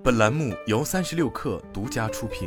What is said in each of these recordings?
本栏目由36氪独家出品。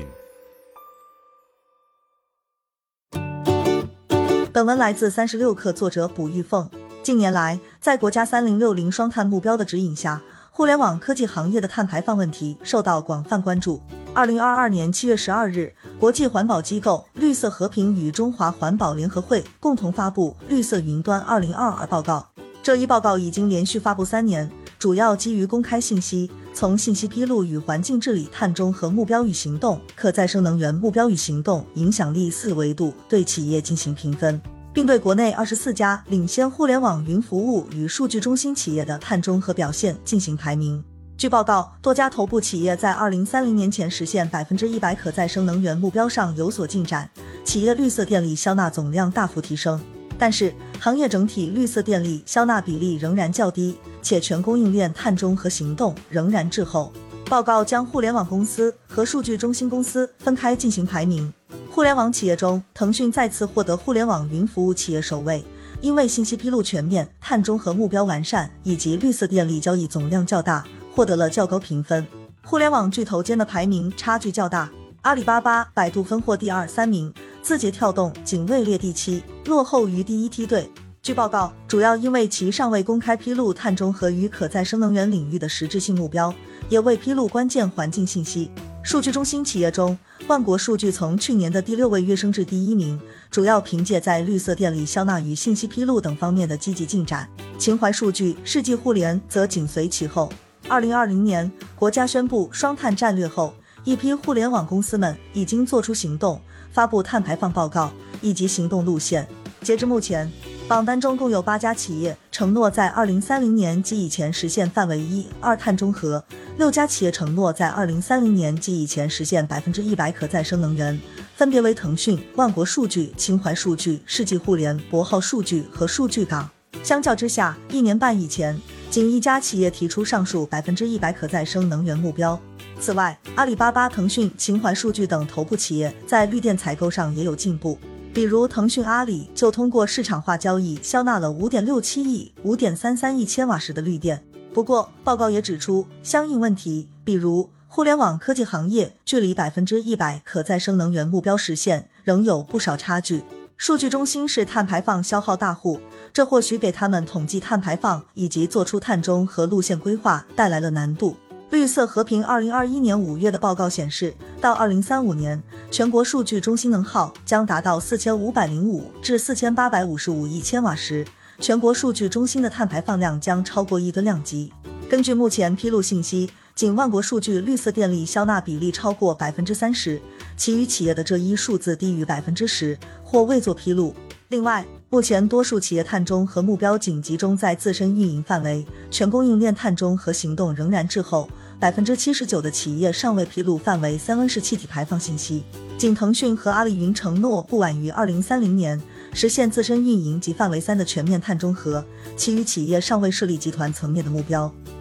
本文来自36氪，作者卜玉凤。近年来，在国家3060双碳目标的指引下，互联网科技行业的碳排放问题受到广泛关注。2022年7月12日，国际环保机构绿色和平与中华环保联合会共同发布《绿色云端2022报告》。这一报告已经连续发布3年，主要基于公开信息，从信息披露与环境治理、碳中和目标与行动、可再生能源目标与行动、影响力4维度对企业进行评分，并对国内24家领先互联网云服务与数据中心企业的碳中和表现进行排名。据报告，多家头部企业在2030年前实现100%可再生能源目标上有所进展，企业绿色电力销纳总量大幅提升。但是，行业整体绿色电力销纳比例仍然较低，且全供应链碳中和行动仍然滞后。报告将互联网公司和数据中心公司分开进行排名。互联网企业中，腾讯再次获得互联网云服务企业首位，因为信息披露全面、碳中和目标完善以及绿色电力交易总量较大，获得了较高评分。互联网巨头间的排名差距较大，阿里巴巴、百度分获第2、3名，字节跳动仅位列第7，落后于第一梯队。据报告，主要因为其尚未公开披露碳中和与可再生能源领域的实质性目标，也未披露关键环境信息。数据中心企业中，万国数据从去年的第6位跃升至第1名，主要凭借在绿色电力销纳与信息披露等方面的积极进展。秦淮数据、世纪互联则紧随其后。2020年，国家宣布双碳战略后，一批互联网公司们已经做出行动，发布碳排放报告以及行动路线。截至目前，榜单中共有8家企业承诺在2030年及以前实现范围1、2碳中和，6家企业承诺在2030年及以前实现100%可再生能源，分别为腾讯、万国数据、秦淮数据、世纪互联、博浩数据和数据港。相较之下，1年半以前，仅1家企业提出上述100%可再生能源目标。此外，阿里巴巴、腾讯、秦淮数据等头部企业在绿电采购上也有进步。比如腾讯、阿里就通过市场化交易销纳了5.67亿、5.33亿千瓦时的绿电。不过，报告也指出相应问题，比如互联网科技行业距离100%可再生能源目标实现仍有不少差距。数据中心是碳排放消耗大户，这或许给他们统计碳排放以及做出碳中和路线规划带来了难度。绿色和平2021年5月的报告显示，到2035年，全国数据中心能耗将达到4505至4855亿千瓦时，全国数据中心的碳排放量将超过1吨量级。根据目前披露信息，仅万国数据绿色电力销纳比例超过30%，其余企业的这一数字低于10%或未做披露。另外，目前多数企业碳中和目标仅集中在自身运营范围，全供应链碳中和行动仍然滞后，79%的企业尚未披露范围3温室气体排放信息。仅腾讯和阿里云承诺不晚于2030年实现自身运营及范围3的全面碳中和，其余企业尚未设立集团层面的目标。